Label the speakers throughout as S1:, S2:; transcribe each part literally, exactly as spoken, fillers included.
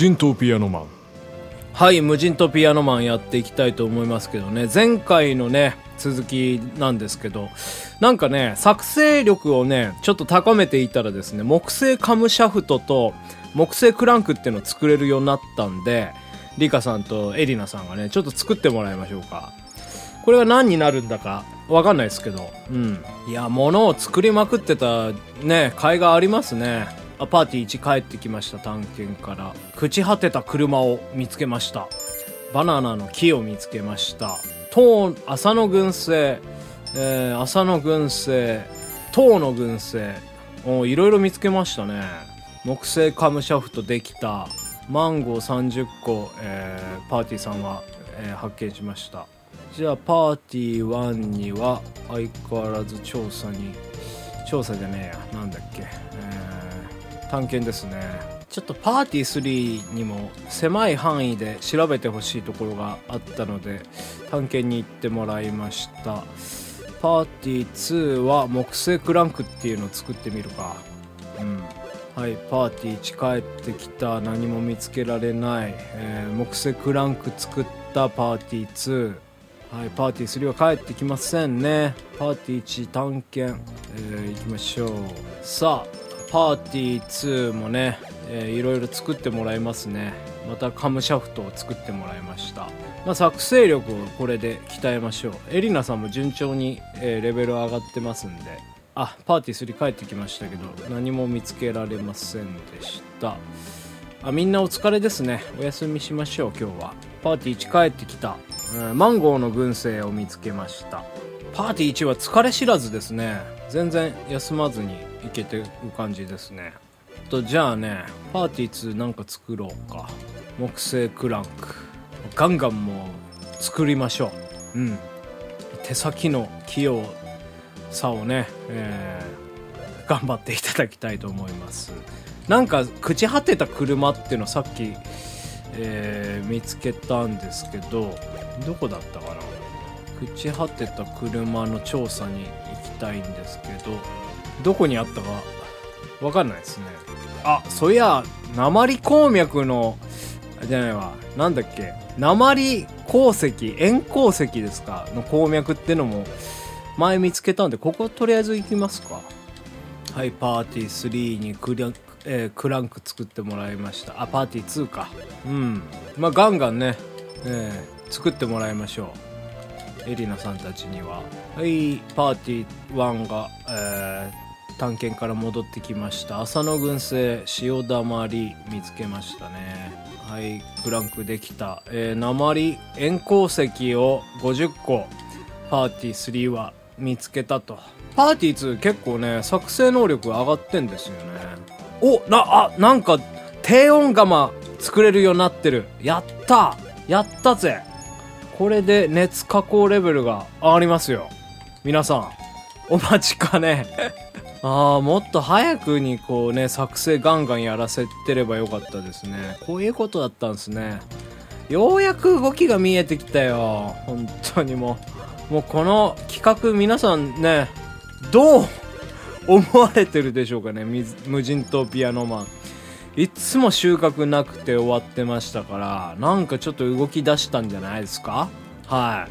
S1: 人島ピアノマン。はい、無人島ピアノマンやっていきたいと思いますけどね、前回のね続きなんですけど、なんかね作成力をねちょっと高めていたらですね、木製カムシャフトと木製クランクっていうのを作れるようになったんで、リカさんとエリナさんがねちょっと作ってもらいましょうか。これが何になるんだかわかんないですけど、うん、いや物を作りまくってたね甲斐がありますね。パーティーいち帰ってきました。探検から朽ち果てた車を見つけました。バナナの木を見つけました。塔朝の群生、えー、朝の群生、塔の群生、おいろいろ見つけましたね。木製カムシャフトできた。マンゴーさんじゅっこ、えー、パーティーさんは、えー、発見しました。じゃあパーティーワンには相変わらず調査に調査じゃねえやなんだっけ、えー、探検ですね。ちょっとパーティースリーにも狭い範囲で調べてほしいところがあったので探検に行ってもらいました。パーティーツーは木製クランクっていうのを作ってみるか。うんはい、パーティーいち帰ってきた。何も見つけられない、えー、木製クランク作ったパーティーツー。はい、パーティースリーは帰ってきませんね。パーティーいち探検、えー、行きましょう。さあパーティーツーもね、えー、いろいろ作ってもらいますね。またカムシャフトを作ってもらいました。まあ、作成力をこれで鍛えましょう。エリナさんも順調に、えー、レベル上がってますんで。あ、パーティースリー帰ってきましたけど何も見つけられませんでした。あ、みんなお疲れですね。お休みしましょう今日は。パーティーいち帰ってきた。マンゴーの群生を見つけました。パーティーいちは疲れ知らずですね。全然休まずにいけてる感じですね。とじゃあねパーティーツーなんか作ろうか。木製クランクガンガンもう作りましょう。うん、手先の器用さをね、えー、頑張っていただきたいと思います。なんか朽ち果てた車っていうのさっき、えー、見つけたんですけど、どこだったかな。朽ち果てた車の調査に行きたいんですけど、どこにあったかわかんないですね。あ、そういや鉛鉱脈のじゃないわ、なんだっけ、鉛鉱石、塩鉱石ですかの鉱脈ってのも前見つけたんで、こことりあえず行きますか。はい、パーティースリーにクランク、えー、クランク作ってもらいました。あ、パーティーツーか。うん、まあガンガンね、えー、作ってもらいましょう。エリナさんたちには。はい、パーティーワンが、えー、探検から戻ってきました。朝の群生、潮だまり見つけましたね。はい、クランクできた。えー、鉛塩鉱石をごじゅっこパーティースリーは見つけたと。パーティーツー結構ね作成能力が上がってんですよね。おなあなんか低温釜作れるようになってる。やったやったぜ。これで熱加工レベルが上がりますよ。皆さんお待ちかねあーもっと早くにこうね作成ガンガンやらせてればよかったですね。こういうことだったんですね。ようやく動きが見えてきたよ。本当にもうもうこの企画皆さんねどう思われてるでしょうかね。無人島ピアノマンいつも収穫なくて終わってましたから、なんかちょっと動き出したんじゃないですか。はい、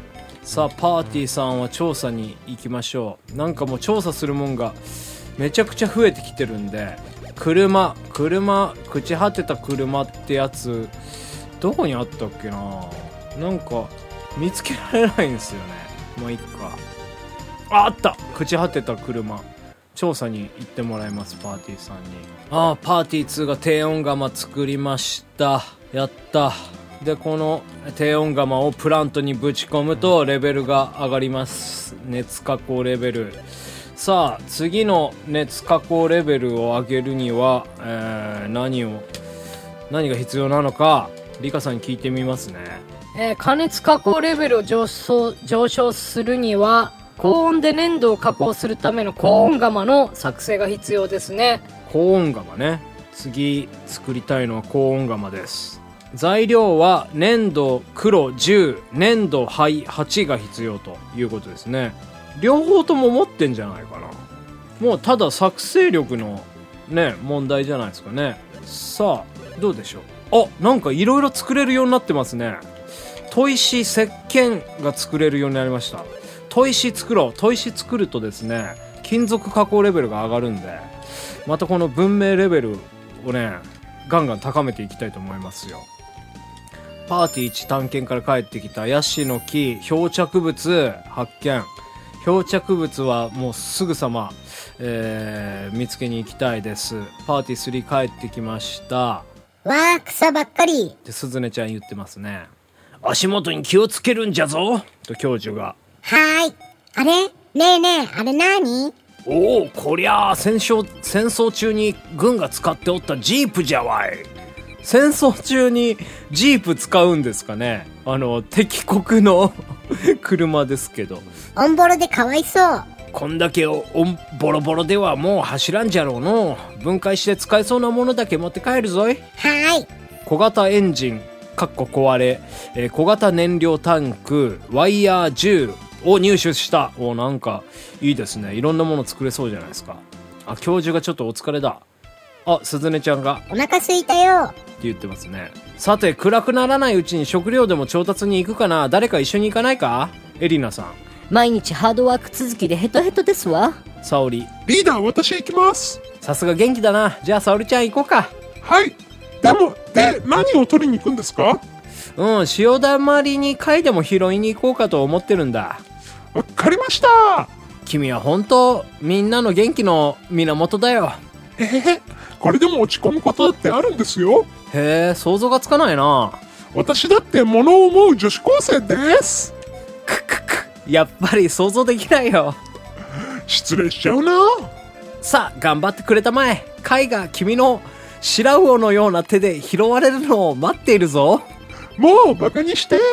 S1: さあパーティーさんは調査に行きましょう。なんかもう調査するもんがめちゃくちゃ増えてきてるんで、車車朽ち果てた車ってやつどこにあったっけな。なんか見つけられないんですよね。もういっか。あ、あった。朽ち果てた車調査に行ってもらいます。パーティーさんに。ああ、パーティーツーが低温釜作りました。やった。でこの低温釜をプラントにぶち込むとレベルが上がります。熱加工レベル。さあ次の熱加工レベルを上げるには、えー、何を何が必要なのかリカさんに聞いてみますね。
S2: えー、加熱加工レベルを上昇、上昇するには高温で粘土を加工するための高温釜の作成が必要ですね。
S1: 高温釜ね。次作りたいのは高温釜です。材料は粘土黒じゅう、粘土灰はちが必要ということですね。両方とも持ってんじゃないかな。もうただ作成力のね問題じゃないですかね。さあどうでしょう。 あ、なんかいろいろ作れるようになってますね。砥石石鹸が作れるようになりました。砥石作ろう。砥石作るとですね、金属加工レベルが上がるんで、またこの文明レベルをね、ガンガン高めていきたいと思いますよ。パーティーいち探検から帰ってきたヤシの木、漂着物発見。漂着物はもうすぐさま、えー、見つけに行きたいです。パーティースリー帰ってきました。
S3: わー、草ばっかり。
S1: ってすずねちゃん言ってますね。足元に気をつけるんじゃぞと教授が。
S3: はーい。あれねえねえ、あれなに？
S1: おお、こりゃあ戦争、戦争中に軍が使っておったジープじゃわい。戦争中にジープ使うんですかね。あの敵国の車ですけど。
S3: オンボロでかわいそう。
S1: こんだけおおボロボロではもう走らんじゃろうの。分解して使えそうなものだけ持って帰るぞい。
S3: はーい。
S1: 小型エンジンかっこ壊れ、えー、小型燃料タンク、ワイヤーじゅうを入手した。お、なんかいいですね。いろんなもの作れそうじゃないですか。あ、教授がちょっとお疲れだ。あ、すずねちゃんが
S3: お腹すいたよ
S1: って言ってますね。さて、暗くならないうちに食料でも調達に行くかな。誰か一緒に行かないか。エリナさん。
S2: 毎日ハードワーク続きでヘトヘトですわ。
S1: 沙織。
S4: リーダー、私行きます。
S1: さすが元気だな。じゃあ沙織ちゃん行こうか。
S4: はい。でも、で、何を取りに行くんですか？
S1: うん、潮だまりに貝でも拾いに行こうかと思ってるんだ。
S4: わかりました。
S1: 君は本当みんなの元気の源だよ。
S4: えへ、これでも落ち込むことだってあるんですよ。
S1: へえ、想像がつかないな。
S4: 私だって物を思う女子高生です。
S1: くくく、やっぱり想像できないよ。
S4: 失礼しちゃうな。
S1: さあ、頑張ってくれたまえ。貝が君の白魚のような手で拾われるのを待っているぞ。
S4: もうバカにして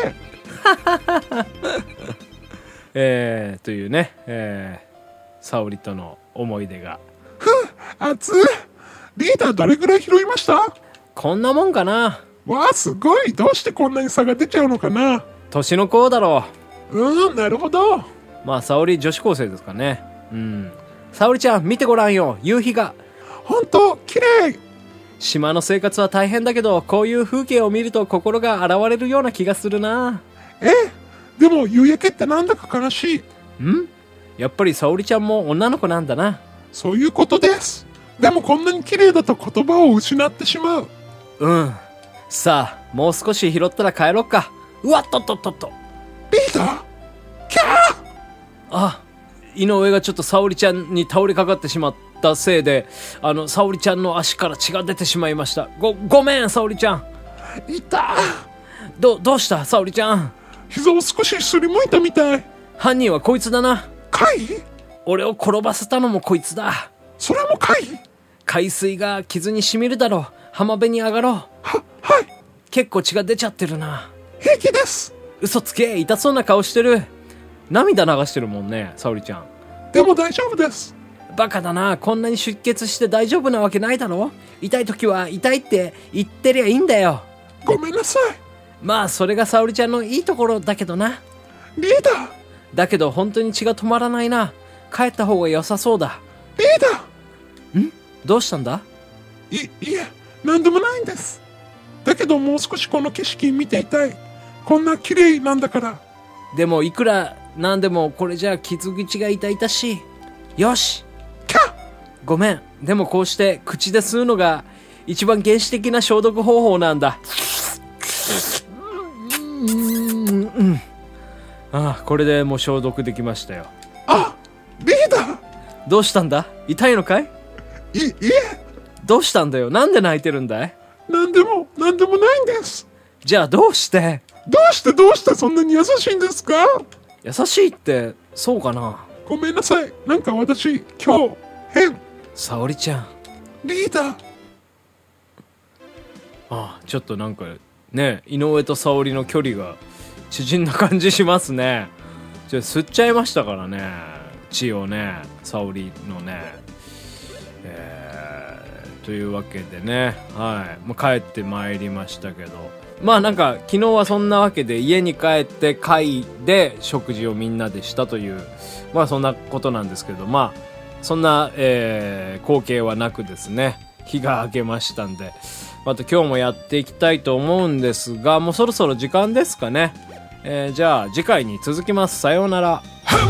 S1: えー、というね、えー、沙織との思い出が。
S4: ふう、熱い。リーダー、どれぐらい拾いました？
S1: こんなもんかな。
S4: わあ、すごい。どうしてこんなに差が出ちゃうのかな。
S1: 年の子だろ
S4: う。うん、なるほど。
S1: まあ沙織女子高生ですかね。うん。沙織ちゃん見てごらんよ、夕日が。
S4: ほんと綺麗。
S1: 島の生活は大変だけど、こういう風景を見ると心が洗われるような気がするな。
S4: え、でも夕焼けってなんだか悲しい。
S1: ん？やっぱり沙織ちゃんも女の子なんだな。
S4: そういうことです。でもこんなに綺麗だと言葉を失ってしまう。
S1: うん。さあ、もう少し拾ったら帰ろっか。うわっとっとっとっと。
S4: リーダー、キャー。
S1: あ、井上がちょっと沙織ちゃんに倒れかかってしまったせいで、あの沙織ちゃんの足から血が出てしまいました。ごごめん沙織ちゃん。
S4: いた。
S1: どどうした沙織ちゃん。
S4: 膝を少しすりむいたみたい。
S1: 犯人はこいつだな。
S4: 貝？
S1: 俺を転ばせたのもこいつだ。
S4: それも貝？
S1: 海水が傷に染みるだろう。浜辺に上がろう。
S4: は、はい。
S1: 結構血が出ちゃってるな。
S4: 平気です。
S1: 嘘つけ。痛そうな顔してる。涙流してるもんね、沙織ちゃん。
S4: でも大丈夫です。
S1: バカだな。こんなに出血して大丈夫なわけないだろ。痛い時は痛いって言ってりゃいいんだよ。
S4: ごめんなさい。
S1: まあそれが沙織ちゃんのいいところだけどな。
S4: リーダー。
S1: だけど本当に血が止まらないな。帰った方が良さそうだ。
S4: リーダ
S1: ー。ん？どうしたんだ？
S4: い、いえ、なんでもないんです。だけどもう少しこの景色見ていたい。こんな綺麗なんだから。
S1: でもいくらなんでもこれじゃ傷口が痛々しい。よし。
S4: キャッ。
S1: ごめん。でもこうして口で吸うのが一番原始的な消毒方法なんだ。うんうん。ああ、これでもう消毒できましたよ。
S4: あ、リーダー。
S1: どうしたんだ？痛いのかい？
S4: い、いえ。
S1: どうしたんだよ。なんで泣いてるんだい？
S4: なんでも、なんでもないんです。
S1: じゃあどうして？
S4: どうしてどうしてそんなに優しいんですか？
S1: 優しいってそうかな。
S4: ごめんなさい。なんか私今日変。
S1: 沙織ちゃん。
S4: リーダー。
S1: ああ、ちょっとなんかね、井上と沙織の距離が縮んだ感じしますね。じゃあ吸っちゃいましたからね、血をね、沙織のね。えー、というわけでね、はい、もう帰ってまいりましたけど、まあなんか昨日はそんなわけで家に帰って会で食事をみんなでしたという、まあそんなことなんですけど、まあそんな、えー、光景はなくですね、日が明けましたんで、 また今日もやっていきたいと思うんですが、もうそろそろ時間ですかね。えー、じゃあ次回に続きます。さようなら。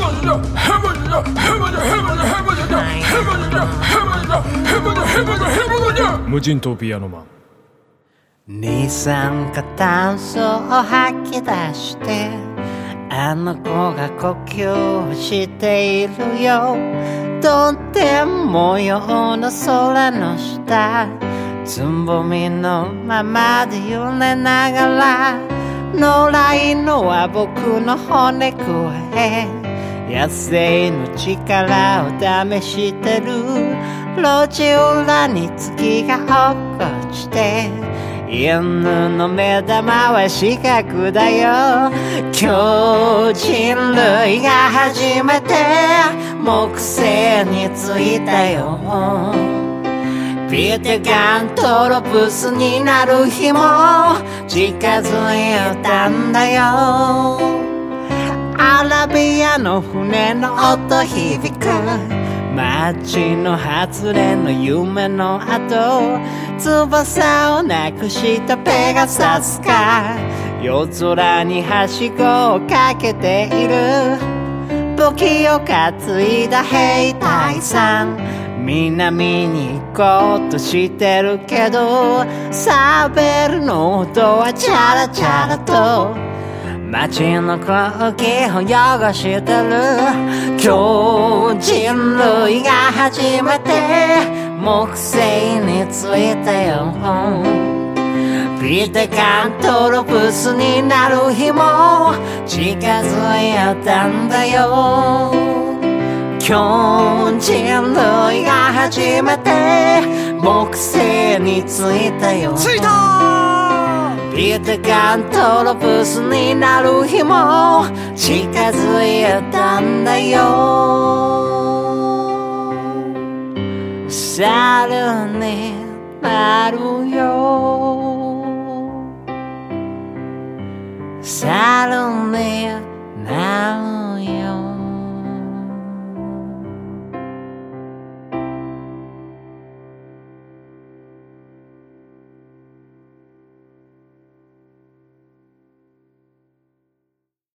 S1: 無人島ピアノマン。
S5: 二酸化炭素を吐き出してあの子が呼吸しているよ。とっても模様の空の下、つぼみのままで揺れながら、野良犬は僕の骨くわえ、野生の力を試してる。路地裏に月が落っこちて、犬の目玉は四角だよ。今日人類が初めて木星に着いたよ。ピテガントロプスになる日も近づいたんだよ。アラビアの船の音響く、街の外れの夢の後、翼をなくしたペガサスか夜空にはしごをかけている。武器を担いだ兵隊さん、南に行こうとしてるけど、サーベルの音はチャラチャラと街の空気を汚してる。今日人類が初めて木星に着いたよ。ピテカントロプスになる日も近づいたんだよ。今日人類が初めて木星に着いたよ。着いた！ピテカントロプスになる日も近づいたんだよ。猿になるよ。